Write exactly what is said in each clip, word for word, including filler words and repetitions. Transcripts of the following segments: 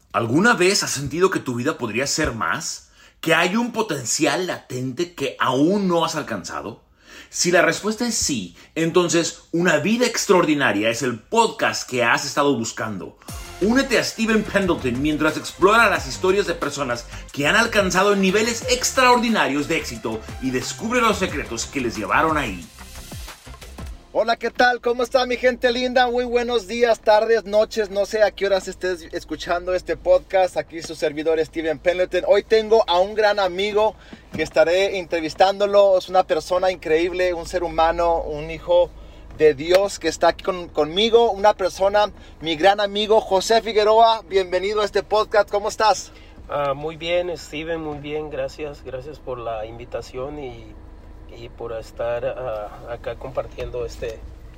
¿Alguna vez has sentido que tu vida podría ser más? ¿Que hay un potencial latente que aún no has alcanzado? Si la respuesta es sí, entonces Una Vida Extraordinaria es el podcast que has estado buscando. Únete a Stephen Pendleton mientras explora las historias de personas que han alcanzado niveles extraordinarios de éxito y descubre los secretos que les llevaron ahí. Hola, ¿qué tal? ¿Cómo está mi gente linda? Muy buenos días, tardes, noches, no sé a qué horas estés escuchando este podcast. Aquí su servidor Stephen Pendleton. Hoy tengo a un gran amigo que estaré entrevistándolo. Es una persona increíble, un ser humano, un hijo de Dios que está aquí con, conmigo. Una persona, mi gran amigo José Figueroa. Bienvenido a este podcast. ¿Cómo estás? Uh, muy bien, Steven, muy bien. Gracias, gracias por la invitación y... y por estar uh, acá compartiendo este,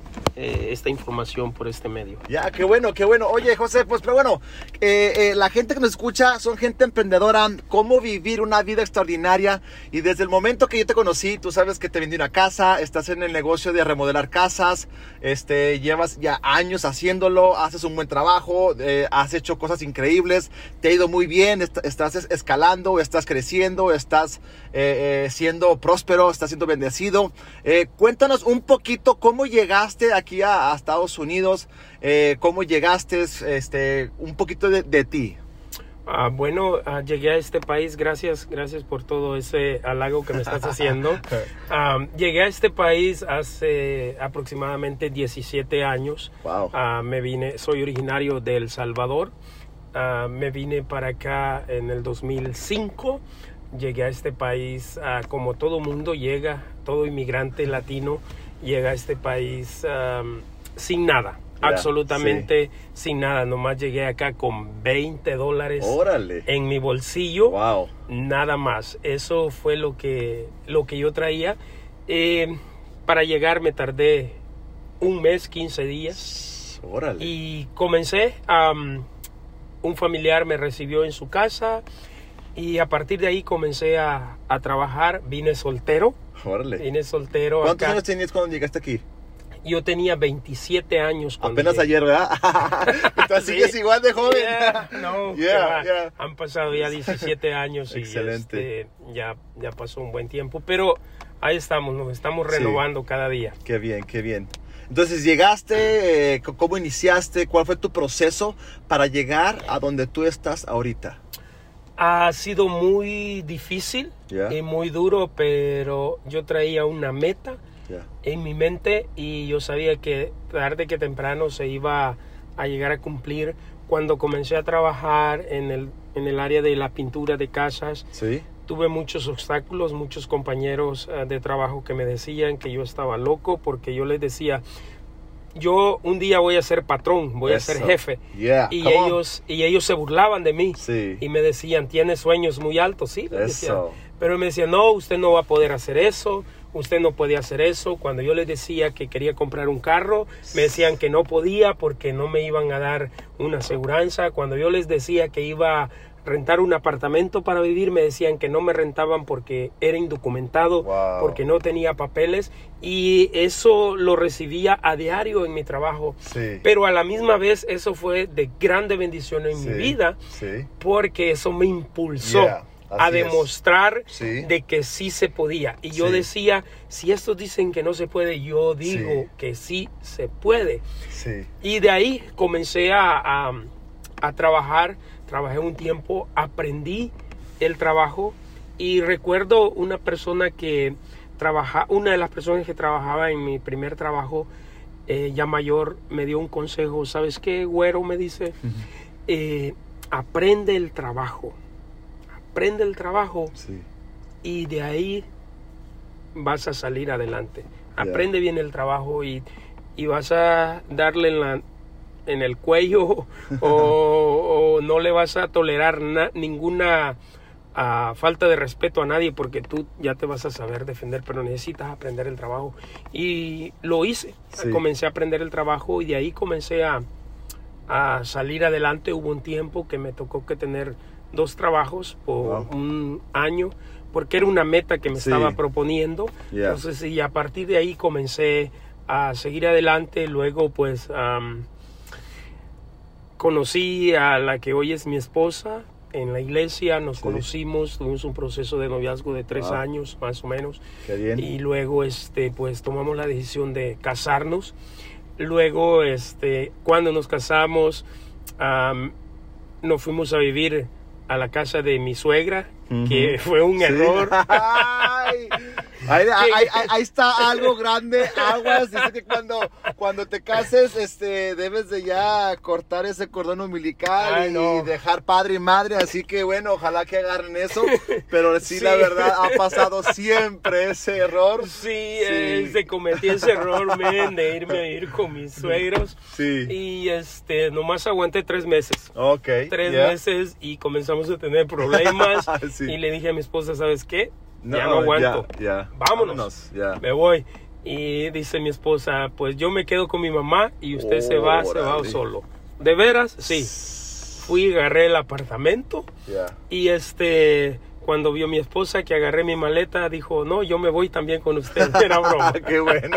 eh, esta información por este medio. Ya, qué bueno, qué bueno. Oye, José, pues, pero bueno, eh, eh, la gente que nos escucha son gente emprendedora, cómo vivir una vida extraordinaria. Y desde el momento que yo te conocí, tú sabes que te vendí una casa, estás en el negocio de remodelar casas, este, llevas ya años haciéndolo, haces un buen trabajo, eh, has hecho cosas increíbles, te ha ido muy bien, est- estás escalando, estás creciendo, estás eh, eh, siendo próspero, estás siendo bendecido. Eh, cuéntanos un poquito cómo llegaste aquí a, a Estados Unidos, eh, cómo llegaste, este, un poquito de, de ti. Uh, bueno, uh, llegué a este país, gracias, gracias por todo ese halago que me estás haciendo. Um, llegué a este país hace aproximadamente diecisiete años. Wow. Uh, me vine, soy originario de El Salvador. Uh, me vine para acá en el dos mil cinco. Llegué a este país uh, como todo mundo llega, todo inmigrante latino llega a este país um, sin nada. Yeah, absolutamente sí. Sin nada, nomás llegué acá con veinte dólares Órale. En mi bolsillo. Wow. Nada más, eso fue lo que, lo que yo traía. Eh, para llegar me tardé un mes, quince días. Órale. Y comencé, um, un familiar me recibió en su casa y a partir de ahí comencé a, a trabajar. Vine soltero. Órale. Vine soltero. ¿Cuántos acá. años tenías cuando llegaste aquí? Yo tenía veintisiete años. Apenas llegué. ayer, ¿verdad? Entonces Sí. sigues igual de joven. Yeah, no, Yeah, yeah. Han pasado ya diecisiete años y Excelente. este, ya, ya pasó un buen tiempo, pero ahí estamos, nos estamos renovando sí. cada día. Qué bien, qué bien. Entonces llegaste, eh, ¿cómo iniciaste? ¿Cuál fue tu proceso para llegar a donde tú estás ahorita? Ha sido muy difícil Yeah. y muy duro, pero yo traía una meta. Yeah. En mi mente y yo sabía que tarde que temprano se iba a llegar a cumplir. Cuando comencé a trabajar en el, en el área de la pintura de casas, ¿sí? Tuve muchos obstáculos, muchos compañeros uh, de trabajo que me decían que yo estaba loco porque yo les decía, yo un día voy a ser patrón, voy Eso. a ser jefe. Yeah. Y, ellos, y ellos se burlaban de mí sí. y me decían, ¿tienes sueños muy altos? Sí, me decían. Eso. Pero me decían, no, usted no va a poder hacer eso. Usted no puede hacer eso. Cuando yo les decía que quería comprar un carro, me decían que no podía porque no me iban a dar una aseguranza. Cuando yo les decía que iba a rentar un apartamento para vivir, me decían que no me rentaban porque era indocumentado, wow. porque no tenía papeles. Y eso lo recibía a diario en mi trabajo. Sí. Pero a la misma vez eso fue de grande bendición en sí. mi vida, sí. porque eso me impulsó. Yeah. A demostrar sí. de que sí se podía. Y yo sí. decía, si estos dicen que no se puede, yo digo sí. que sí se puede. Sí. Y de ahí comencé a, a, a trabajar. Trabajé un tiempo, aprendí el trabajo. Y recuerdo una persona que trabaja, una de las personas que trabajaba en mi primer trabajo, eh, ya mayor, me dio un consejo. ¿Sabes qué, güero? Me dice, uh-huh. eh, aprende el trabajo. Aprende el trabajo sí. y de ahí vas a salir adelante. Aprende yeah. bien el trabajo y, y vas a darle en, la, en el cuello o, o no le vas a tolerar na, ninguna uh, falta de respeto a nadie porque tú ya te vas a saber defender, pero necesitas aprender el trabajo. Y lo hice. Sí. Comencé a aprender el trabajo y de ahí comencé a, a salir adelante. Hubo un tiempo que me tocó que tener dos trabajos por wow. un año, porque era una meta que me sí. estaba proponiendo. Yeah. Entonces, y a partir de ahí comencé a seguir adelante. Luego, pues, um, conocí a la que hoy es mi esposa en la iglesia, nos Sí. conocimos, tuvimos un proceso de noviazgo de tres Wow. años más o menos. Qué bien. Y luego este pues tomamos la decisión de casarnos. Luego este cuando nos casamos um, nos fuimos a vivir a la casa de mi suegra, uh-huh. que fue un sí. error. Ay, ahí, ahí, ahí, ahí está algo grande, aguas. Dice que cuando, cuando te cases, este, debes de ya cortar ese cordón umbilical. Ay, y no. dejar padre y madre. Así que bueno, ojalá que agarren eso. Pero sí, sí. la verdad, ha pasado siempre ese error. Sí, sí. Eh, se cometió ese error, men, de irme a ir con mis suegros. Sí. Y este, nomás aguanté tres meses. Ok. Tres yeah. meses y comenzamos a tener problemas. sí. Y le dije a mi esposa, ¿sabes qué? No, ya no aguanto. Ya, ya. Vámonos. Vámonos ya. Me voy. Y dice mi esposa, pues yo me quedo con mi mamá y usted oh, se va, orale. se va solo. ¿De veras? Sí. Fui, agarré el apartamento. Yeah. Y este, cuando vio mi esposa que agarré mi maleta, dijo, no, yo me voy también con usted. Era broma. ¡Qué bueno!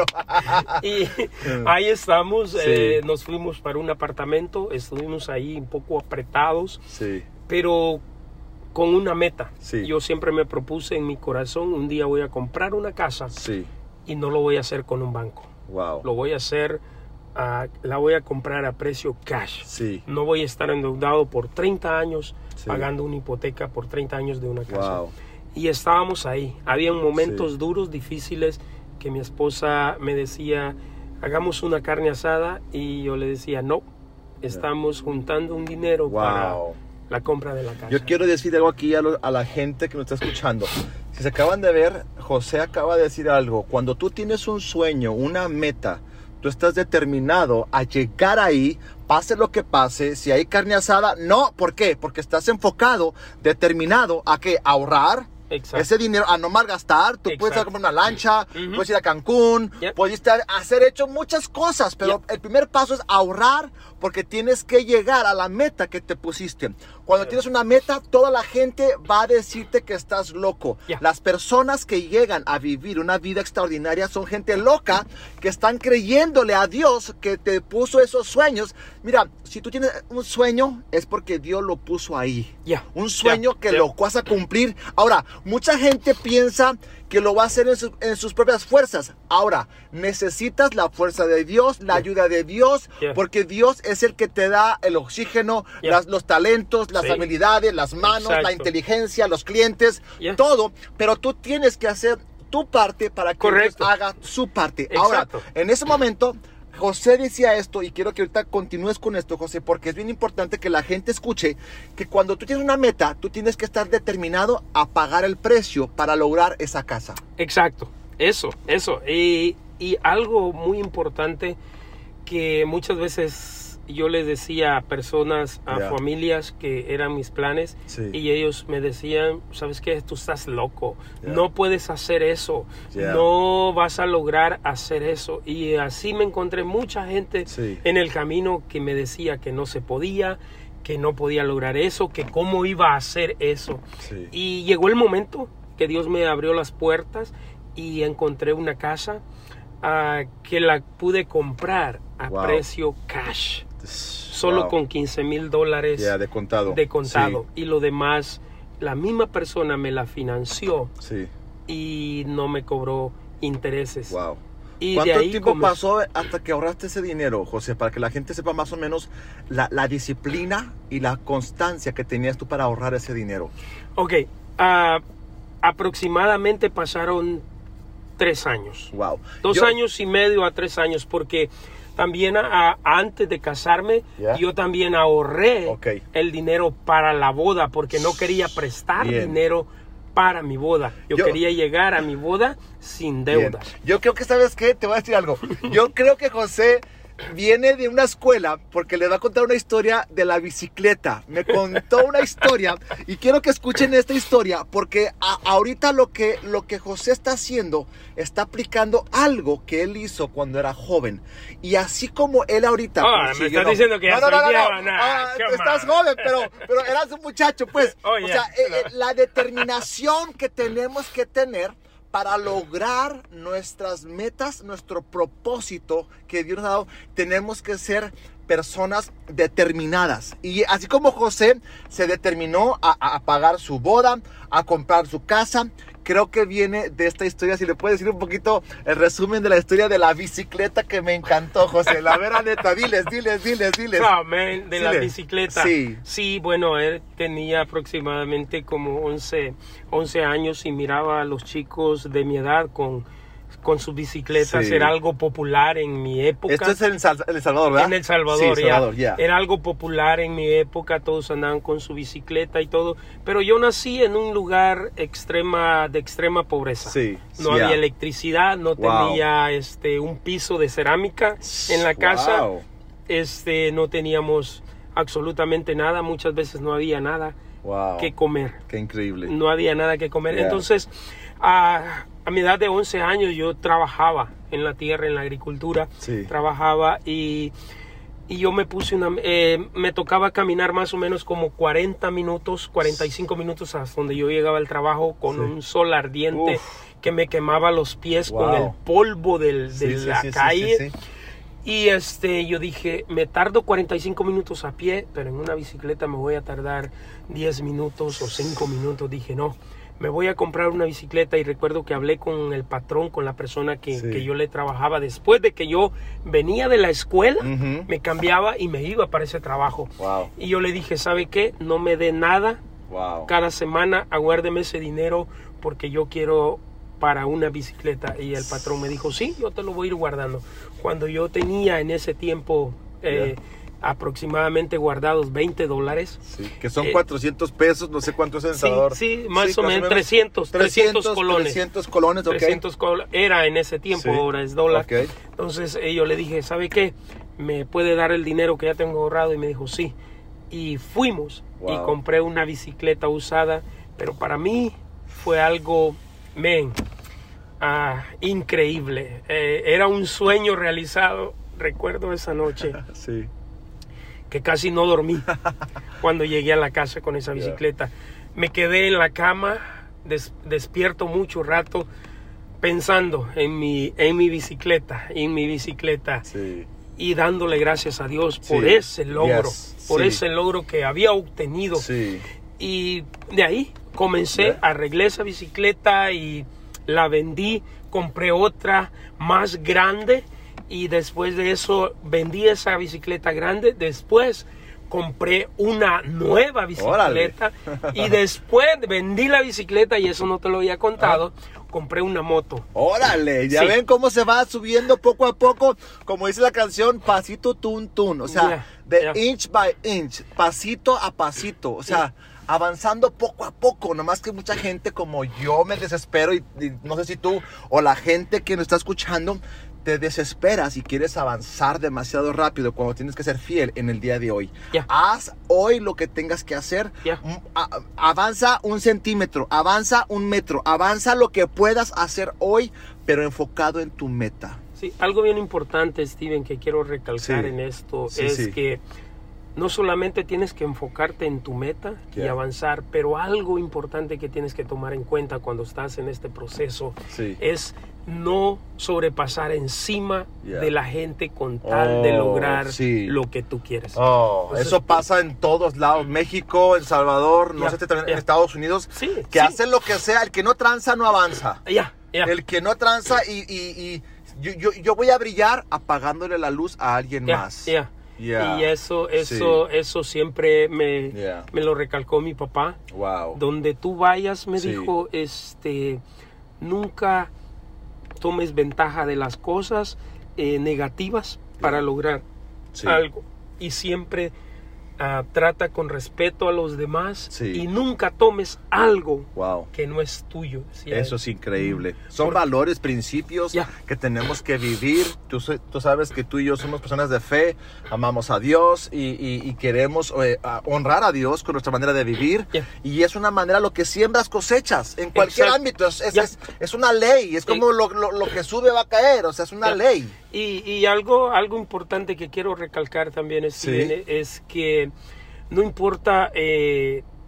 Y ahí estamos. Sí. Eh, nos fuimos para un apartamento. Estuvimos ahí un poco apretados. Sí. Pero con una meta. Sí. Yo siempre me propuse en mi corazón, un día voy a comprar una casa. Sí. Y no lo voy a hacer con un banco. Wow. Lo voy a hacer, uh, la voy a comprar a precio cash. Sí. No voy a estar endeudado por treinta años, sí. pagando una hipoteca por treinta años de una casa. Wow. Y estábamos ahí. Había momentos sí. duros, difíciles, que mi esposa me decía, hagamos una carne asada. Y yo le decía, no, estamos juntando un dinero wow. para la compra de la casa. Yo quiero decir algo aquí a, lo, a la gente que nos está escuchando. Si se acaban de ver, José acaba de decir algo. Cuando tú tienes un sueño, una meta, tú estás determinado a llegar ahí, pase lo que pase. Si hay carne asada, no. ¿Por qué? Porque estás enfocado, determinado a que ahorrar. Exacto. Ese dinero a no malgastar. Tú Exacto. puedes ir a comprar una lancha, uh-huh. puedes ir a Cancún, yep. puedes estar, hacer hecho muchas cosas, pero yep. el primer paso es ahorrar, porque tienes que llegar a la meta que te pusiste. Cuando yep. tienes una meta, toda la gente va a decirte que estás loco. Yep. Las personas que llegan a vivir una vida extraordinaria son gente loca que están creyéndole a Dios que te puso esos sueños. Mira, si tú tienes un sueño, es porque Dios lo puso ahí. Yeah. Un sueño yeah. que yeah. lo vas a cumplir. Ahora, mucha gente piensa que lo va a hacer en, su, en sus propias fuerzas. Ahora, necesitas la fuerza de Dios, la yeah. ayuda de Dios, yeah. porque Dios es el que te da el oxígeno, yeah. las, los talentos, las sí. habilidades, las manos, Exacto. la inteligencia, los clientes, yeah. todo. Pero tú tienes que hacer tu parte para que Correcto. Dios haga su parte. Exacto. Ahora, en ese momento, José decía esto, y quiero que ahorita continúes con esto, José, porque es bien importante que la gente escuche que cuando tú tienes una meta, tú tienes que estar determinado a pagar el precio para lograr esa casa. Exacto, eso, eso. Y, y algo muy importante que muchas veces yo les decía a personas, a yeah. familias que eran mis planes, sí. y ellos me decían, ¿sabes qué? Tú estás loco, yeah. no puedes hacer eso, yeah. no vas a lograr hacer eso. Y así me encontré mucha gente sí. en el camino que me decía que no se podía, que no podía lograr eso, que cómo iba a hacer eso. Sí. Y llegó el momento que Dios me abrió las puertas y encontré una casa uh, que la pude comprar a wow. precio cash. Solo wow. con quince mil dólares yeah, de contado. De contado. Sí. Y lo demás, la misma persona me la financió sí. y no me cobró intereses. Wow. Y ¿Cuánto de ahí tiempo comenzó... pasó hasta que ahorraste ese dinero, José? Para que la gente sepa más o menos la, la disciplina y la constancia que tenías tú para ahorrar ese dinero. Ok. Uh, aproximadamente pasaron tres años. Wow. Dos Yo... años y medio a tres años, porque también a, a, antes de casarme, yeah. yo también ahorré okay. el dinero para la boda, porque no quería prestar Bien. dinero para mi boda. Yo, yo quería llegar a mi boda sin deudas. Bien. Yo creo que, ¿sabes qué? Te voy a decir algo. Yo creo que José viene de una escuela, porque le va a contar una historia de la bicicleta. Me contó una historia y quiero que escuchen esta historia, porque a, ahorita lo que, lo que José está haciendo, está aplicando algo que él hizo cuando era joven. Y así como él ahorita... Oh, pues, me estás no, diciendo que ya no, no, no, no, no. Ah, estás joven, pero, pero eras un muchacho, pues. Oh, o yeah. sea, eh, eh, la determinación que tenemos que tener para lograr nuestras metas, nuestro propósito que Dios nos ha dado, tenemos que ser personas determinadas. Y así como José se determinó a, a pagar su boda, a comprar su casa, creo que viene de esta historia. Si le puedes decir un poquito el resumen de la historia de la bicicleta, que me encantó, José. La vera neta, diles, diles, diles, diles. Amén, de Sí, la le- bicicleta. Sí. Sí, bueno, él tenía aproximadamente como once, once años y miraba a los chicos de mi edad con, con sus bicicletas. Sí. Era algo popular en mi época. Esto es en, Sal- en El Salvador, ¿verdad? En El Salvador, Sí, ya. Salvador, ya. Era algo popular en mi época, todos andaban con su bicicleta y todo. Pero yo nací en un lugar extrema, de extrema pobreza. Sí, No sí, había ya. electricidad, no Wow. tenía este, un piso de cerámica en la casa. Wow. Este, no teníamos absolutamente nada, muchas veces no había nada Wow. que comer. Qué increíble. No había nada que comer. Yeah. Entonces, a, a mi edad de once años yo trabajaba en la tierra, en la agricultura. Sí. Trabajaba y, y yo me puse una... eh, me tocaba caminar más o menos como cuarenta minutos, cuarenta y cinco minutos hasta donde yo llegaba al trabajo con Sí. un sol ardiente Uf. que me quemaba los pies Wow. con el polvo del, Sí, de sí, la sí, sí, calle. sí, sí. Y este, yo dije, me tardo cuarenta y cinco minutos a pie, pero en una bicicleta me voy a tardar diez minutos o cinco minutos. Dije, no, me voy a comprar una bicicleta. Y recuerdo que hablé con el patrón, con la persona que, Sí. que yo le trabajaba. Después de que yo venía de la escuela, Ujú. me cambiaba y me iba para ese trabajo. Wow. Y yo le dije, ¿sabe qué? No me dé nada. Wow. Cada semana aguárdeme ese dinero porque yo quiero para una bicicleta. Y el patrón me dijo, sí, yo te lo voy a ir guardando. Cuando yo tenía en ese tiempo eh, aproximadamente guardados veinte dólares. Sí, que son Eh, cuatrocientos pesos, no sé cuánto es en El Sí, Salvador. sí, más o menos trescientos, trescientos colones. trescientos colones, ok. trescientos col- era en ese tiempo, Sí. ahora es dólar. Ok. Entonces eh, yo le dije, ¿sabe qué? ¿Me puede dar el dinero que ya tengo ahorrado? Y me dijo, sí. Y fuimos y Wow. compré una bicicleta usada, pero para mí fue algo, men, ah, increíble. Eh, era un sueño realizado. Recuerdo esa noche Sí. que casi no dormí cuando llegué a la casa con esa bicicleta. Me quedé en la cama, des- despierto mucho rato, pensando en mi, en mi bicicleta, en mi bicicleta, Sí. y dándole gracias a Dios por Sí. ese logro, Yes. por Sí. ese logro que había obtenido. Sí. Y de ahí comencé, Yeah. arreglé esa bicicleta y la vendí, compré otra más grande y después de eso vendí esa bicicleta grande, después compré una nueva bicicleta y después vendí la bicicleta y eso no te lo había contado, compré una moto. Órale, ya Sí. ven cómo se va subiendo poco a poco, como dice la canción, pasito tun tun, o sea, Yeah, de yeah. inch by inch, pasito a pasito, o sea, avanzando poco a poco, nomás que mucha gente como yo me desespero y, y no sé si tú o la gente que nos está escuchando te desesperas y quieres avanzar demasiado rápido cuando tienes que ser fiel en el día de hoy. Yeah. Haz hoy lo que tengas que hacer. Yeah. Mm, a- avanza un centímetro, avanza un metro, avanza lo que puedas hacer hoy, pero enfocado en tu meta. Sí, algo bien importante, Steven, que quiero recalcar Sí. en esto Sí, es sí. que no solamente tienes que enfocarte en tu meta y Yeah. avanzar, pero algo importante que tienes que tomar en cuenta cuando estás en este proceso Sí. es no sobrepasar encima Yeah. de la gente con tal de Oh, lograr sí. lo que tú quieres. Oh, Entonces, eso pasa en todos lados, México, El Salvador, no Yeah, sé si también en yeah. Estados Unidos, Sí, que sí. hacen lo que sea, el que no tranza no avanza. Ya, ya. El que no tranza y, y- y yo, yo- yo voy a brillar apagándole la luz a alguien Ya, más. ya. Yeah. Y eso, eso, eso siempre me, Yeah. me lo recalcó mi papá. Wow. Donde tú vayas, me Sí. dijo, este, nunca tomes ventaja de las cosas eh, negativas para lograr Sí. algo. Y siempre ah, trata con respeto a los demás Sí. y nunca tomes algo Wow. que no es tuyo. decía Eso él. es increíble. Son Porque- valores, principios Ya. que tenemos que vivir. Tú, sa- tú sabes que tú y yo somos personas de fe, amamos a Dios y, y- y queremos eh, a honrar a Dios con nuestra manera de vivir. Ya. Y es una manera, lo que siembras cosechas en cualquier Exacto. ámbito. Es, es, Ya. es- es una ley, es como lo, lo- lo que sube va a caer, o sea, es una Ya. ley. Y, y algo, algo importante que quiero recalcar también, Steven, Sí. es que no importa eh,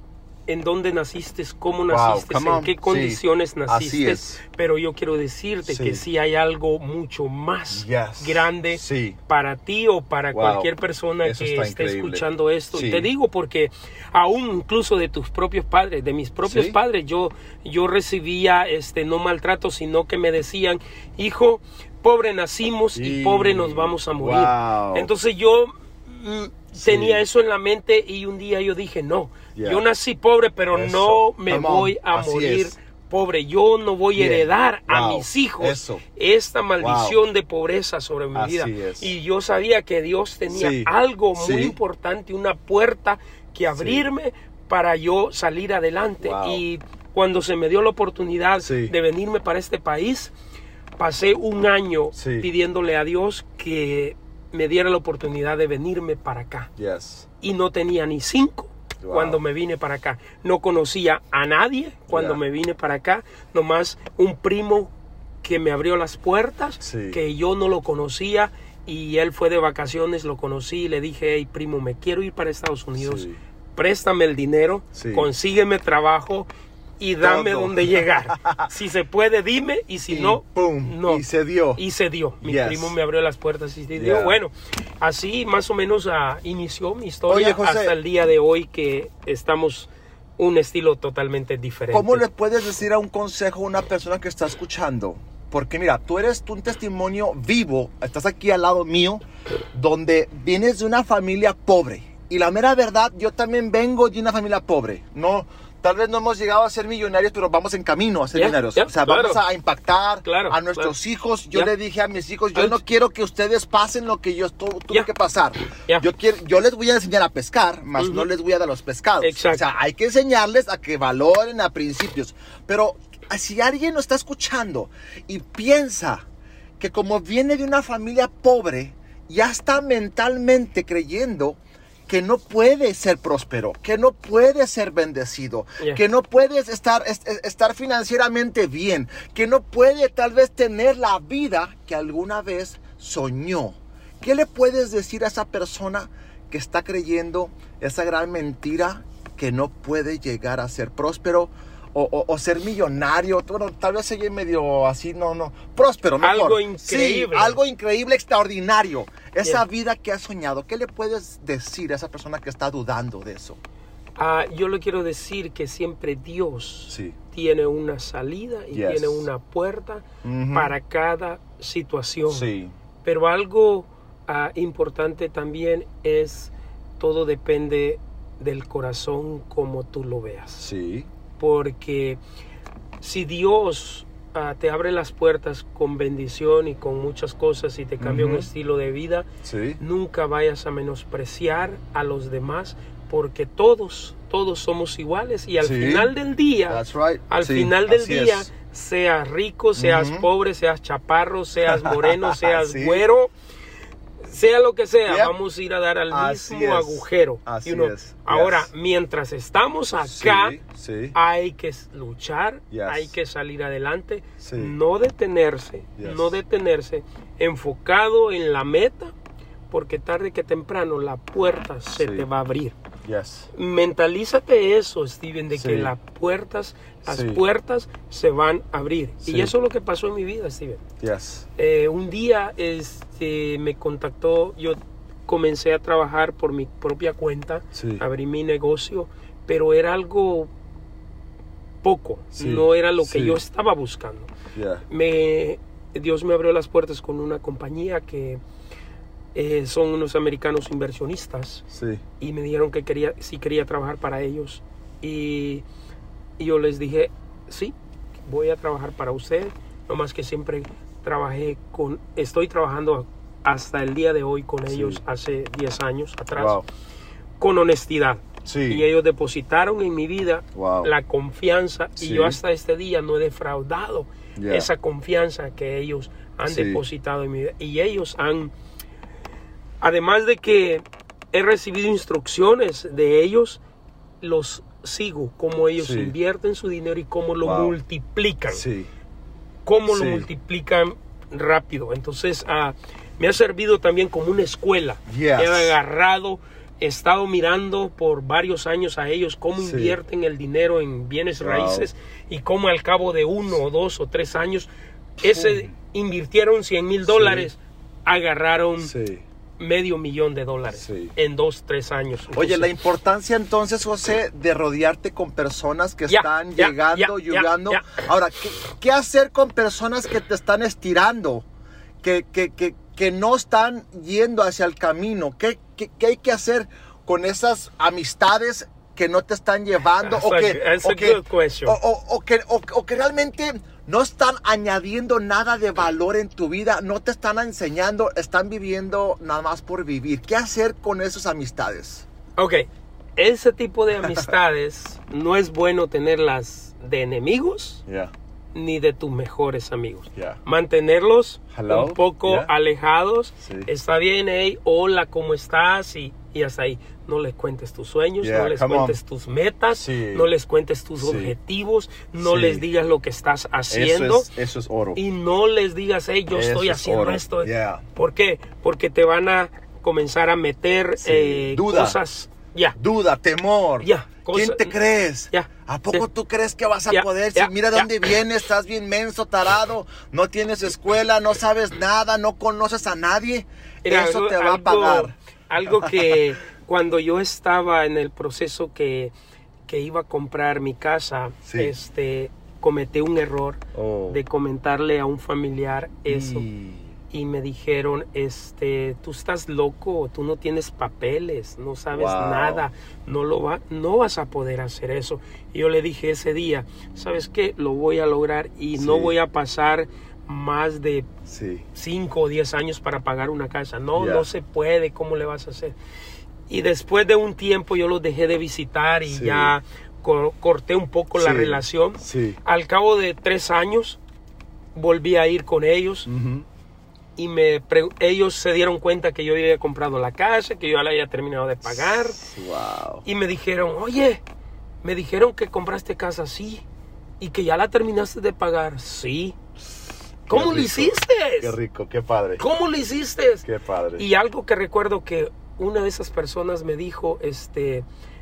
en dónde naciste, cómo Wow, naciste, come en on. qué condiciones Sí, así naciste, es. pero yo quiero decirte Sí. que sí hay algo mucho más Yes. grande Sí. para ti o para Wow. cualquier persona Eso que está esté increíble. escuchando esto. Sí. Te digo porque aún incluso de tus propios padres, de mis propios Sí. padres, yo, yo recibía este, no maltrato, sino que me decían, hijo, pobre nacimos y Sí. pobre nos vamos a morir. Wow. Entonces yo mm, Sí. tenía eso en la mente y un día yo dije, no, Yeah. yo nací pobre, pero Eso. no me Come on. voy a Así morir es. pobre. Yo no voy a Bien. heredar a Wow. mis hijos Eso. esta maldición de pobreza sobre mi Así vida. es. Y yo sabía que Dios tenía Sí. algo muy Sí. importante, una puerta que abrirme para yo salir adelante. Wow. Y cuando se me dio la oportunidad Sí. de venirme para este país, pasé un año Sí. pidiéndole a Dios que me diera la oportunidad de venirme para acá. Yes. Y no tenía ni cinco Wow. cuando me vine para acá. No conocía a nadie cuando Yeah. me vine para acá. Nomás un primo que me abrió las puertas, Sí. que yo no lo conocía. Y él fue de vacaciones, lo conocí y le dije, hey primo, me quiero ir para Estados Unidos. Sí. Préstame el dinero, Sí. consígueme trabajo y dame Todo. dónde llegar. Si se puede, dime, y si Y no, boom, no. y se dio. Y se dio. Mi Yes. primo me abrió las puertas y se Yeah. dio. Bueno, así más o menos ah, inició mi historia Oye, José. hasta el día de hoy que estamos un estilo totalmente diferente. ¿Cómo le puedes decir a un consejo a una persona que está escuchando? Porque mira, tú eres tú un testimonio vivo, estás aquí al lado mío, donde vienes de una familia pobre. Y la mera verdad, yo también vengo de una familia pobre. No, tal vez no hemos llegado a ser millonarios, pero vamos en camino a ser Yeah, millonarios. yeah, o sea, claro. vamos a impactar Claro, a nuestros claro. hijos. Yo Yeah. le dije a mis hijos, yo Alt. no quiero que ustedes pasen lo que yo tu- tuve Yeah. que pasar. Yeah. Yo, quiero, yo les voy a enseñar a pescar, mas Ujú. no les voy a dar los pescados. Exacto. O sea, hay que enseñarles a que valoren a principios. Pero si alguien nos está escuchando y piensa que como viene de una familia pobre, ya está mentalmente creyendo que no puede ser próspero, que no puede ser bendecido, Yeah. que no puedes estar, es- es- estar financieramente bien, que no puede tal vez tener la vida que alguna vez soñó. ¿Qué le puedes decir a esa persona que está creyendo esa gran mentira que no puede llegar a ser próspero o, o- o ser millonario? Bueno, tal vez ella medio así, no, no, próspero, mejor. Algo increíble. Sí, algo increíble, extraordinario. Esa Yeah. vida que has soñado, ¿qué le puedes decir a esa persona que está dudando de eso? Ah, yo le quiero decir que siempre Dios Sí. tiene una salida y Yes. tiene una puerta Ujú. para cada situación. Sí. Pero algo ah, importante también es, todo depende del corazón como tú lo veas. Sí. Porque si Dios ah, te abre las puertas con bendición y con muchas cosas y te cambia Ujú. un estilo de vida, Sí. nunca vayas a menospreciar a los demás, porque todos, todos somos iguales y al Sí. final del día, That's right. al Sí, final del así día, es. seas rico, seas Ujú. pobre, seas chaparro, seas moreno, seas Sí. güero, sea lo que sea, Yep. vamos a ir a dar al Así mismo es. agujero. Así you know. es. Ahora, Yes. mientras estamos acá, Sí, sí. hay que luchar, Yes. hay que salir adelante, Sí. no detenerse, Yes. no detenerse, enfocado en la meta, porque tarde que temprano la puerta se Sí. te va a abrir. Yes. Mentalízate eso, Steven, de Sí. que las puertas, las Sí. puertas se van a abrir. Sí. Y eso es lo que pasó en mi vida, Steven. Yes. Eh, un día este, me contactó, yo comencé a trabajar por mi propia cuenta, Sí. abrí mi negocio, pero era algo poco, Sí. no era lo que Sí. yo estaba buscando. Yeah. Me, Dios me abrió las puertas con una compañía que eh, son unos americanos inversionistas Sí. y me dijeron que quería, si quería trabajar para ellos, y, y yo les dije, sí, voy a trabajar para usted, nomás que siempre trabajé con, estoy trabajando hasta el día de hoy con Sí. ellos hace diez años atrás, Wow. con honestidad. Sí. Y ellos depositaron en mi vida Wow. la confianza, Sí. y yo hasta este día no he defraudado Yeah. esa confianza que ellos han Sí. depositado en mi vida. Y ellos han, además de que he recibido instrucciones de ellos, los sigo, cómo ellos Sí. invierten su dinero y cómo lo Wow. multiplican, Sí. cómo Sí. lo multiplican rápido. Entonces ah, me ha servido también como una escuela. Yes. He agarrado he estado mirando por varios años a ellos cómo Sí. invierten el dinero en bienes Wow. raíces y cómo al cabo de uno o dos o tres años ese invirtieron cien mil dólares, agarraron Sí. medio millón de dólares Sí. en dos, tres años. Oye, Entonces, la importancia entonces, José, de rodearte con personas que Ya, están ya, llegando, ya, ya, llegando. ya. Ahora, ¿qué, qué hacer con personas que te están estirando? Que, que, que, que no están yendo hacia el camino. ¿Qué, qué, qué hay que hacer con esas amistades que no te están llevando? That's o a- que, that's o a que, good question. o, o- o que, o- o que realmente no están añadiendo nada de valor en tu vida, no te están enseñando, están viviendo nada más por vivir. ¿Qué hacer con esas amistades? Ok, ese tipo de amistades no es bueno tenerlas de enemigos Yeah. ni de tus mejores amigos. Yeah. Mantenerlos Hello? un poco Yeah. alejados. Sí. Está bien, hey, hola, ¿cómo estás? Y, y hasta ahí. No les cuentes tus sueños, Yeah, no les come on. cuentes tus metas, Sí. no les cuentes tus Sí. objetivos, no Sí. les digas lo que estás haciendo. Eso es, eso es oro. Y no les digas, hey, yo Eso estoy es haciendo oro. esto. Yeah. ¿Por qué? Porque te van a comenzar a meter Sí. eh, Duda. cosas. Ya, Duda, temor. Ya, ¿Quién cosa- te crees? Ya. ¿A poco Sí. tú crees que vas a Ya, poder? ya, Si mira de ya. dónde vienes, estás bien menso, tarado, no tienes escuela, no sabes nada, no conoces a nadie. Mira, Eso algo- te va a algo- pagar. Algo que cuando yo estaba en el proceso que, que iba a comprar mi casa, Sí. este, cometí un error Oh. de comentarle a un familiar eso. Y- Y me dijeron, este, tú estás loco, tú no tienes papeles, no sabes Wow. nada, no lo va, no vas a poder hacer eso. Y yo le dije ese día, ¿sabes qué? Lo voy a lograr y Sí. no voy a pasar más de Sí. cinco o diez años para pagar una casa. No, Ya. no se puede, ¿cómo le vas a hacer? Y después de un tiempo yo los dejé de visitar y Sí. ya cor- corté un poco la Sí. relación. Sí. Al cabo de tres años volví a ir con ellos Ujú. y me pre- ellos se dieron cuenta que yo había comprado la casa, que yo ya la había terminado de pagar Wow. y me dijeron, oye, me dijeron que compraste casa, sí, y que ya la terminaste de pagar, sí. ¿Cómo lo rico. hiciste? Qué rico, qué padre. ¿Cómo lo hiciste? Qué padre. Y algo que recuerdo que una de esas personas me dijo, este,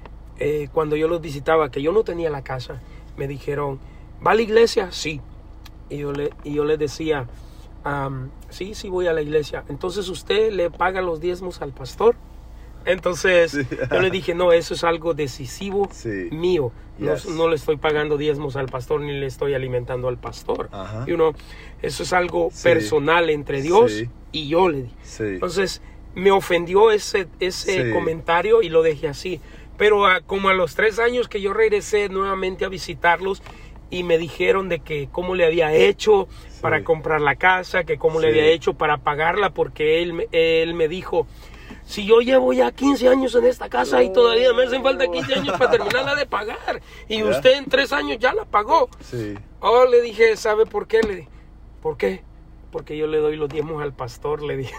eh, cuando yo los visitaba, que yo no tenía la casa, me dijeron, ¿va a la iglesia? Sí. Y yo, le, y yo les decía, "Am, sí, sí voy a la iglesia. Entonces, ¿usted le paga los diezmos al pastor? Entonces, Sí. yo le dije, no, eso es algo decisivo Sí. mío. No, Yes. no le estoy pagando diezmos al pastor ni le estoy alimentando al pastor. Ajá. You know, eso es algo Sí. personal entre Dios Sí. y yo, le dije. Sí. Entonces, me ofendió ese, ese Sí. comentario y lo dejé así. Pero a- como a los tres años que yo regresé nuevamente a visitarlos y me dijeron de que cómo le había hecho Sí. para comprar la casa, que cómo le Sí. había hecho para pagarla, porque él, me- él me dijo, si yo llevo ya quince años en esta casa y todavía me hacen falta quince años para terminarla de pagar, y Ya. usted en tres años ya la pagó. Sí. Oh, le dije, ¿sabe por qué? Le dije, ¿por qué? Porque yo le doy los diezmos al pastor, le dije.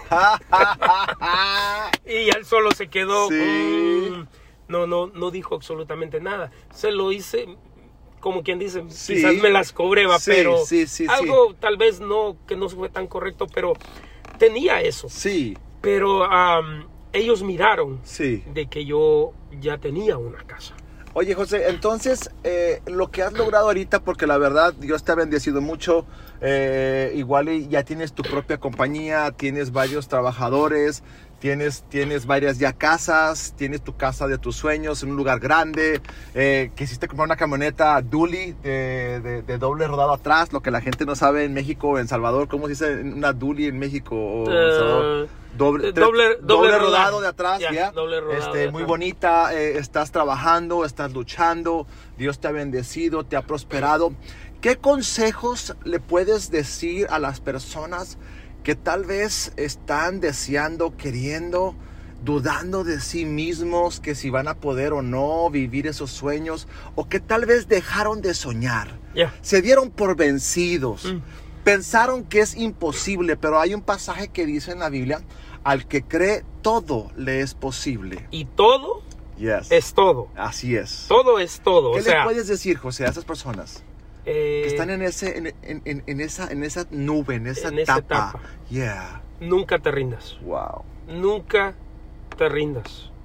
Y él solo se quedó. Sí. mm, no, no, no dijo absolutamente nada. Se lo hice, como quien dice, Sí. quizás me las cobré, va, Sí, pero sí, sí, sí. algo tal vez no, que no fue tan correcto, pero tenía eso. Sí. Pero am, ellos miraron Sí. de que yo ya tenía una casa. Oye, José, entonces, eh, lo que has logrado ahorita, porque la verdad, Dios te ha bendecido mucho, eh, igual y ya tienes tu propia compañía, tienes varios trabajadores, tienes, tienes varias ya casas, tienes tu casa de tus sueños en un lugar grande, eh, quisiste comprar una camioneta dually de, de, de doble rodado atrás, lo que la gente no sabe en México o en Salvador, ¿cómo se dice una dually en México o en El Salvador? Eh, Doble, Eh, doble- tre- doble rodado rodado. de atrás, Ya, ya. doble rodado Este, de muy atrás. bonita, eh, estás trabajando, estás luchando, Dios te ha bendecido, te ha prosperado. ¿Qué consejos le puedes decir a las personas que tal vez están deseando, queriendo, dudando de sí mismos, que si van a poder o no vivir esos sueños, o que tal vez dejaron de soñar, Ya. se dieron por vencidos? Mm. Pensaron que es imposible, pero hay un pasaje que dice en la Biblia, al que cree todo le es posible. Y todo Yes. es todo. Así es. Todo es todo. ¿Qué O sea, le puedes decir, José, a esas personas eh, que están en ese, en, en- en- en esa, en esa nube, en esa En esa etapa? etapa. Yeah. nunca te rindas. Wow. Nunca te rindas.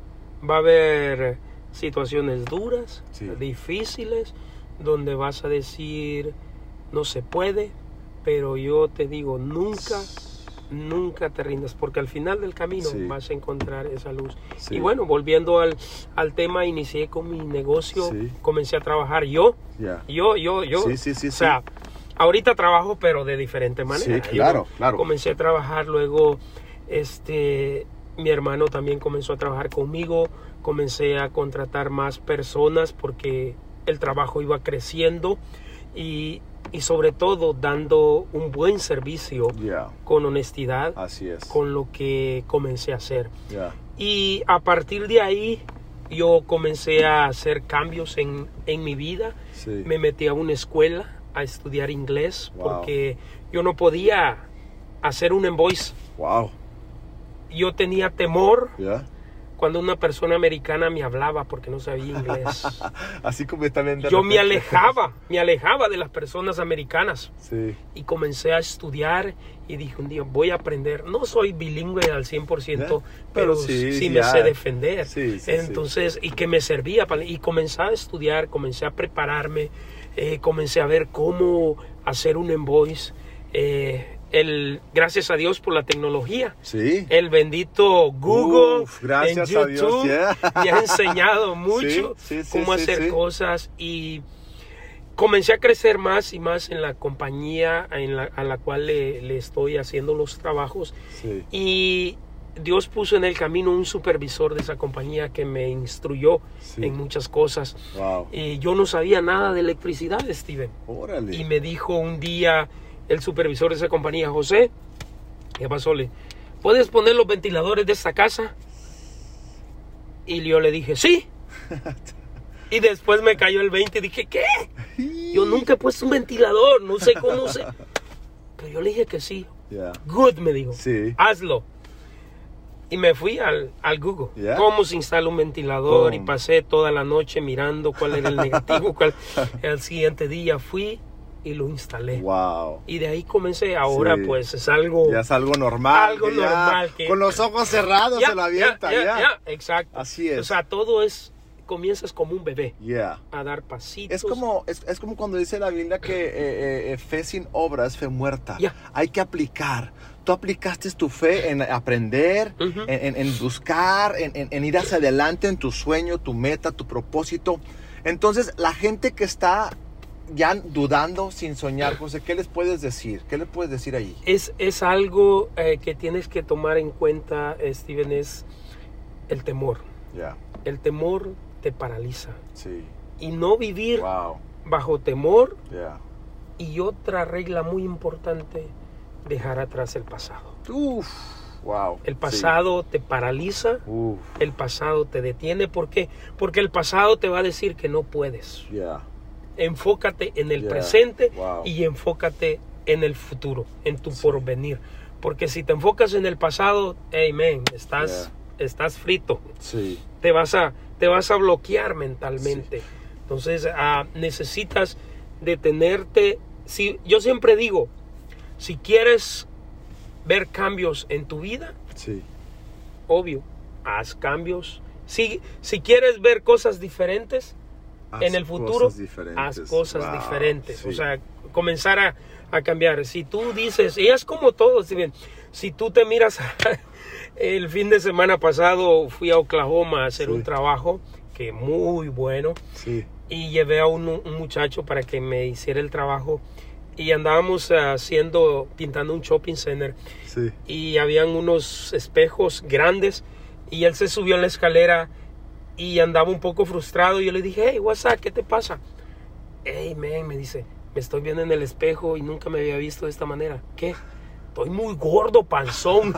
va a haber situaciones duras, Sí. difíciles, donde vas a decir no se puede, pero yo te digo nunca, nunca te rindas, porque al final del camino Sí. vas a encontrar esa luz. Sí. Y bueno, volviendo al, al tema, inicié con mi negocio, Sí. comencé a trabajar yo, Ya. yo, yo, yo. Sí, sí, sí, o sea, ahorita trabajo, pero de diferente manera. Sí, claro, Yo claro. Comencé a trabajar, luego este, mi hermano también comenzó a trabajar conmigo, comencé a contratar más personas porque el trabajo iba creciendo y, y sobre todo dando un buen servicio Ya. con honestidad, Así es. con lo que comencé a hacer. Ya. Y a partir de ahí yo comencé a hacer cambios en, en mi vida. Sí. Me metí a una escuela a estudiar inglés Wow. porque yo no podía hacer un invoice. Wow. Yo tenía temor Ya. cuando una persona americana me hablaba porque no sabía inglés. Así como también de Yo me repente- alejaba, me alejaba de las personas americanas Sí. y comencé a estudiar y dije un día voy a aprender. No soy bilingüe al cien por ciento, Ya, pero pero sí, sí, me ya. sé defender. Sí, sí, Entonces, y que me servía para, y comencé a estudiar, comencé a prepararme, eh, comencé a ver cómo hacer un invoice. Eh, el, gracias a Dios por la tecnología. Sí. El bendito Google Uf, gracias en a YouTube Dios, yeah. me ha enseñado mucho Sí, sí, sí, cómo sí, hacer sí. cosas y comencé a crecer más y más en la compañía en la, a la cual le, le estoy haciendo los trabajos Sí. y Dios puso en el camino un supervisor de esa compañía que me instruyó Sí. en muchas cosas. Wow. Y yo no sabía nada de electricidad, Steven. Órale. Y me dijo un día el supervisor de esa compañía, José, ¿qué pasó? Le, ¿puedes poner los ventiladores de esta casa? Y yo le dije, sí. Y después me cayó el veinte y dije, ¿qué? Yo nunca he puesto un ventilador, no sé cómo se... Pero yo le dije que sí. Ya. Good, me dijo. Sí. Hazlo. Y me fui al, al Google. Yeah. Cómo se instala un ventilador. Boom. Y pasé toda la noche mirando cuál era el negativo. cuál... El siguiente día fui y lo instalé. Wow. Y de ahí comencé. Ahora Sí. pues es algo... Ya es algo normal. Algo que ya normal que- con los ojos cerrados Ya, se lo avienta. ya, Ya. ya, ya, exacto. Así es. O sea, todo es... Comienzas como un bebé Yeah. a dar pasitos. Es como, es, es como cuando dice la Biblia que eh, eh, fe sin obra es fe muerta. Ya. Hay que aplicar. Tú aplicaste tu fe en aprender, Ujú. en, en- en buscar, en, en- en ir hacia adelante en tu sueño, tu meta, tu propósito. Entonces, la gente que está ya dudando, sin soñar, José, ¿qué les puedes decir? ¿Qué les puedes decir ahí? Es, es algo eh, que tienes que tomar en cuenta, Steven, es el temor. Ya. El temor te paraliza. Sí. Y no vivir Wow. bajo temor. Ya. Y otra regla muy importante, dejar atrás el pasado. Uf. Wow. El pasado te paraliza, Sí. Uf. el pasado te detiene. ¿Por qué? Porque el pasado te va a decir que no puedes. Ya. Enfócate en el Yeah. presente Wow. y enfócate en el futuro, en tu Sí. porvenir. Porque si te enfocas en el pasado, hey man, estás, estás frito. Sí. Te vas a, te vas a bloquear mentalmente. Entonces ah, necesitas detenerte. Si, yo siempre digo, si quieres ver cambios en tu vida, Sí. obvio, haz cambios. Si, si quieres ver cosas diferentes en Haz el futuro, cosas diferentes. haz cosas Wow, diferentes. sí. O sea, comenzar a, a cambiar. Si tú dices, y es como todo, si bien, si tú te miras, el fin de semana pasado fui a Oklahoma a hacer Sí. un trabajo que muy bueno Sí. y llevé a un, un muchacho para que me hiciera el trabajo y andábamos haciendo, pintando un shopping center Sí. y habían unos espejos grandes y él se subió en la escalera y andaba un poco frustrado y yo le dije, hey, what's up? ¿Qué te pasa? Hey, man, me dice, me estoy viendo en el espejo y nunca me había visto de esta manera. ¿Qué? Estoy muy gordo, panzón.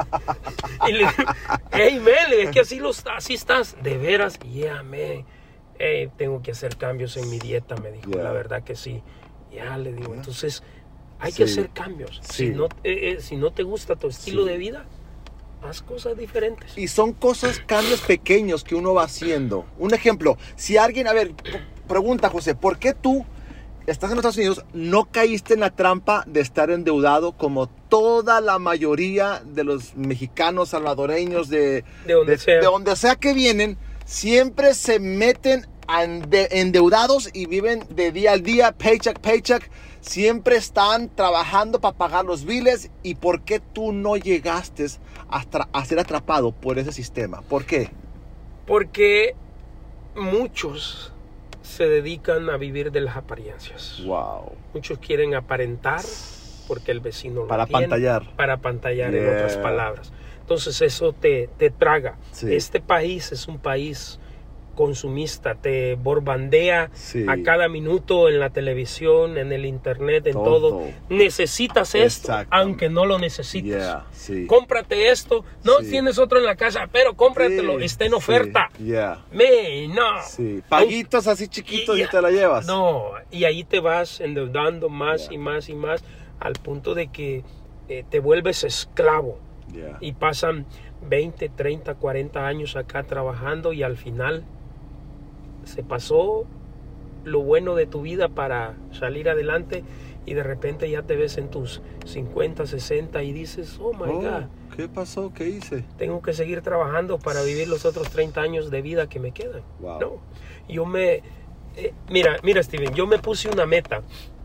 Y le dije, hey, man, le dije, que así, lo, así estás. ¿De veras? Yeah, man. Hey, tengo que hacer cambios en mi dieta, me dijo. Yeah. La verdad que sí. Ya, le digo, entonces hay Sí. que hacer cambios. Sí. Si, no, eh, eh, si no te gusta tu estilo Sí. de vida, haz cosas diferentes. Y son cosas, cambios pequeños que uno va haciendo. Un ejemplo, si alguien, a ver, p- pregunta José, ¿por qué tú estás en Estados Unidos, no caíste en la trampa de estar endeudado como toda la mayoría de los mexicanos, salvadoreños, de, de, donde, de, sea. de donde sea que vienen, siempre se meten ende, endeudados y viven de día al día, paycheck, paycheck. Siempre están trabajando para pagar los biles. ¿Y por qué tú no llegaste a, a ser atrapado por ese sistema? ¿Por qué? Porque muchos se dedican a vivir de las apariencias. Wow. Muchos quieren aparentar porque el vecino lo para tiene. Pantallar. Para pantallar, Yeah. en otras palabras. Entonces eso te, te traga. Sí. Este país es un país consumista, te bombardea Sí. a cada minuto en la televisión, en el internet, en todo. Todo. Necesitas esto, Exacto. aunque no lo necesites. Yeah, sí. Cómprate esto, no Sí. tienes otro en la casa, pero cómpratelo, Sí, está en sí, oferta. yeah. Me, no. Sí. Paguitos así chiquitos y, Y- te la llevas. No, y ahí te vas endeudando más Yeah. y más y más al punto de que eh, te vuelves esclavo Yeah. y pasan veinte, treinta, cuarenta años acá trabajando y al final se pasó lo bueno de tu vida para salir adelante y de repente ya te ves en tus cincuenta, sesenta y dices, oh my Oh, God, ¿qué pasó? ¿Qué hice? tengo que seguir trabajando para vivir los otros treinta años de vida que me quedan. Wow. No, yo me... eh, mira, mira Steven, yo me puse una meta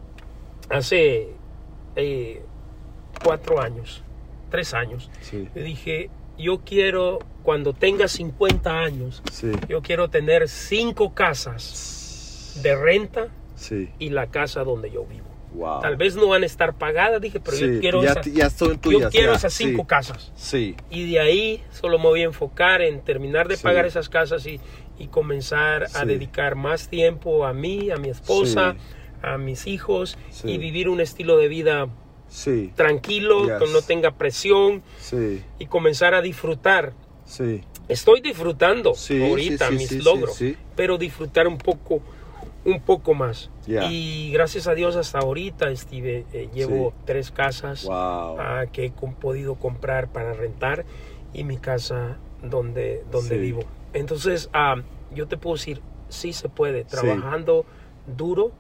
hace eh, cuatro años, tres años. Sí. Yo dije, yo quiero, cuando tenga cincuenta años, Sí. yo quiero tener cinco casas de renta Sí. y la casa donde yo vivo. Wow. Tal vez no van a estar pagadas, dije, pero Sí, yo quiero, ya, esa- ya son tuyas. yo quiero ya. esas cinco Sí. casas. Sí. Y de ahí solo me voy a enfocar en terminar de Sí. pagar esas casas y, y comenzar a Sí. dedicar más tiempo a mí, a mi esposa, Sí. a mis hijos Sí. y vivir un estilo de vida Sí. tranquilo, Yes. que no tenga presión Sí. y comenzar a disfrutar. Sí. Estoy disfrutando Sí, ahorita sí, sí, mis sí, logros, sí, sí. pero disfrutar un poco, un poco más. Yeah. Y gracias a Dios hasta ahorita, Steve, eh, llevo Sí. tres casas Wow. ah, que he com- podido comprar para rentar y mi casa donde, donde Sí. vivo. Entonces, ah, yo te puedo decir, sí se puede, trabajando duro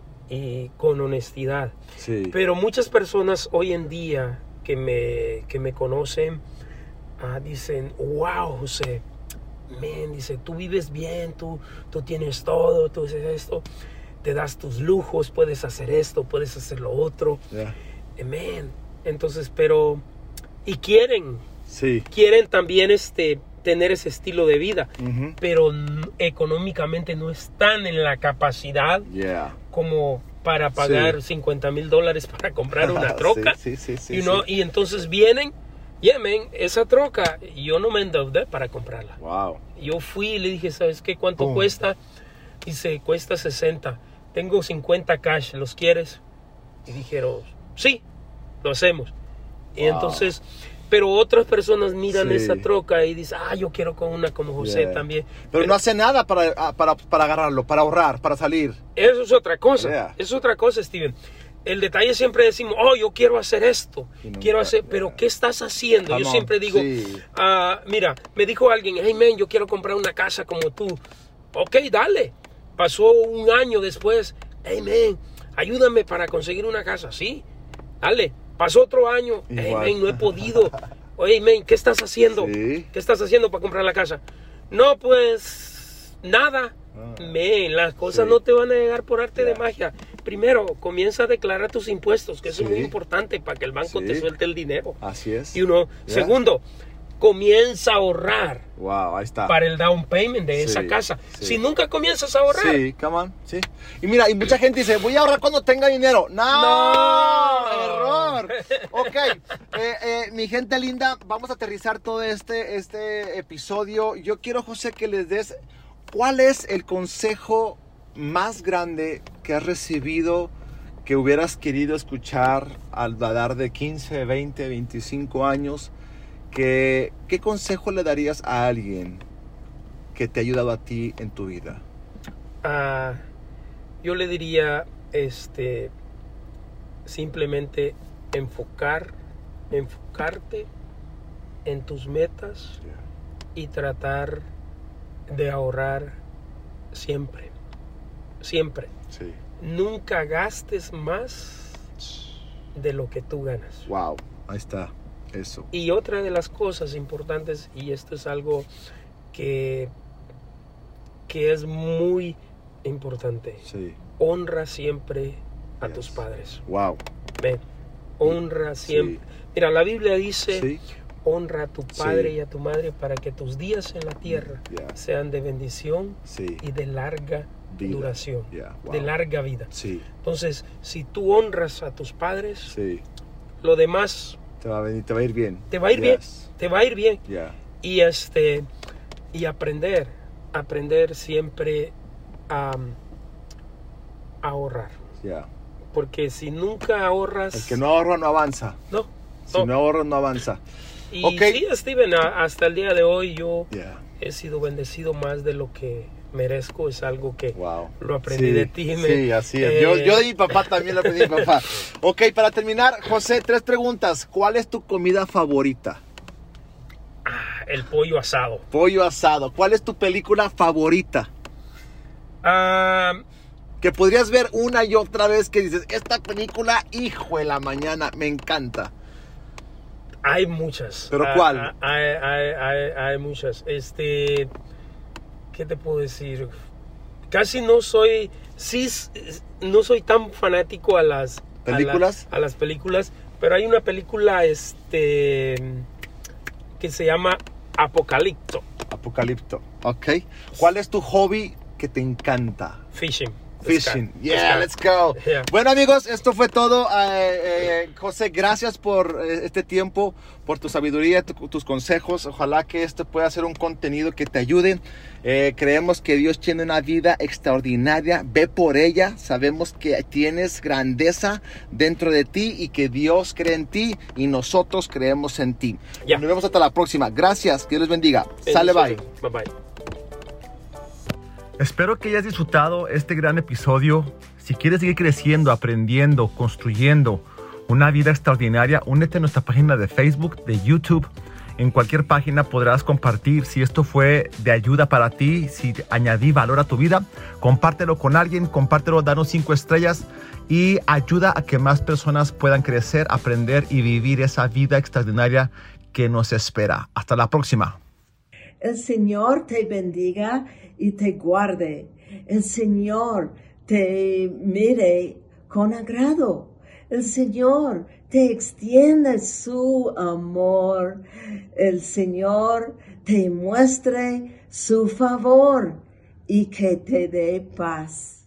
y con honestidad. Sí. Pero muchas personas hoy en día que me, que me conocen ah, dicen, wow, José, man, dice, tú vives bien, tú, tú tienes todo, tú haces esto, te das tus lujos, puedes hacer esto, puedes hacer lo otro. Yeah. Eh, man, entonces, pero, y quieren, Sí. quieren también este, tener ese estilo de vida, Ujú. pero n- económicamente no están en la capacidad Yeah. como para pagar Sí. cincuenta mil dólares para comprar una troca. Sí, sí, sí, sí, y, no, sí. y entonces vienen, yeah, man, esa troca, yo no me endeudé para comprarla. Wow. Yo fui y le dije, ¿sabes qué? ¿Cuánto Boom. cuesta? Dice, cuesta sesenta. Tengo cincuenta cash, ¿los quieres? Y dijeron, sí, lo hacemos. Y Wow. entonces, pero otras personas miran Sí. esa troca y dicen, ah, yo quiero con una como José Yeah. también. Pero no hace nada para, ah, para, para agarrarlo, para ahorrar, para salir. Eso es otra cosa. Yeah. Es otra cosa, Steven. El detalle siempre decimos, oh, yo quiero hacer esto, Y nunca, quiero hacer, yeah. pero ¿qué estás haciendo? Come yo on, siempre digo, sí. ah, mira, me dijo alguien, hey man, yo quiero comprar una casa como tú. Ok, dale. Pasó un año después, hey man, ayúdame para conseguir una casa. Sí, dale. Pasó otro año, hey Igual. man, no he podido. Oye man, ¿qué estás haciendo? Sí. ¿Qué estás haciendo para comprar la casa? No, pues nada. Ah. Men, las cosas Sí. no te van a llegar por arte de Ya. magia. Primero, comienza a declarar tus impuestos, que eso es Sí. muy importante para que el banco Sí. te suelte el dinero. Así es. Y uno, Ya. segundo, comienza a ahorrar Wow, ahí está. para el down payment de Sí, esa casa. sí. Si nunca comienzas a ahorrar, Sí, come on, sí. Y mira, y mucha gente dice, voy a ahorrar cuando tenga dinero. No, No. error. Ok, eh, eh, mi gente linda, vamos a aterrizar todo este, este episodio. Yo quiero, José, que les des, ¿cuál es el consejo más grande que has recibido, que hubieras querido escuchar al la edad de quince, veinte, veinticinco años? Que, ¿Qué consejo le darías a alguien que te ha ayudado a ti en tu vida? ah, yo le diría, este, simplemente enfocar, enfocarte en tus metas y tratar de ahorrar siempre, siempre. Sí. nunca gastes más de lo que tú ganas. Wow, ahí está, eso. Y otra de las cosas importantes, y esto es algo que, que es muy importante, Sí. honra siempre a Yes. tus padres. Wow. Ven, honra siempre. Sí. Mira, la Biblia dice, Sí. honra a tu padre Sí. y a tu madre para que tus días en la tierra Yeah. sean de bendición Sí. y de larga Vida. duración, Yeah. Wow. de larga vida. Sí. Entonces, si tú honras a tus padres, Sí. lo demás Te va a venir, te va a ir bien. te va a ir Yes. bien, te va a ir bien. Yeah. Y este y aprender, aprender siempre a, a ahorrar, Yeah. porque si nunca ahorras, El que no ahorra no avanza. no, Si no. no ahorra no avanza. Y Ok. sí, Steven, a- hasta el día de hoy yo Yeah. he sido bendecido más de lo que merezco. Es algo que Wow. lo aprendí Sí, de ti. me- Sí, así es. eh, Yo, yo de mi papá también lo aprendí de mi papá. Ok, para terminar, José, tres preguntas. ¿Cuál es tu comida favorita? ah, el pollo asado. Pollo asado. ¿Cuál es tu película favorita? Ah, Que podrías ver una y otra vez que dices, esta película, hijo de la mañana, me encanta. hay muchas. ¿Pero Ah, cuál? ah, hay, hay, hay, hay muchas. Este, ¿qué te puedo decir? Casi no soy, sí, s- no soy tan fanático a las ¿Películas? A, la- a las películas, pero hay una película, este, que se llama Apocalipto. Apocalipto. Ok. ¿Cuál es tu hobby que te encanta? Fishing. Fishing. Pescar, Yeah, pescar. let's go. Yeah. Bueno, amigos, esto fue todo. Eh, eh, José, gracias por eh, este tiempo, por tu sabiduría, tu- tus consejos. Ojalá que esto pueda ser un contenido que te ayude. Eh, creemos que Dios tiene una vida extraordinaria. Ve por ella. Sabemos que tienes grandeza dentro de ti y que Dios cree en ti y nosotros creemos en ti. Yeah. Nos vemos hasta la próxima. Gracias. Que Dios les bendiga. Sale, bye. Bye bye. Espero que hayas disfrutado este gran episodio. Si quieres seguir creciendo, aprendiendo, construyendo una vida extraordinaria, únete a nuestra página de Facebook, de YouTube. En cualquier página podrás compartir si esto fue de ayuda para ti, si añadí valor a tu vida. Compártelo con alguien, compártelo, danos cinco estrellas y ayuda a que más personas puedan crecer, aprender y vivir esa vida extraordinaria que nos espera. Hasta la próxima. El Señor te bendiga y te guarde. El Señor te mire con agrado. El Señor te extiende su amor. El Señor te muestre su favor y que te dé paz.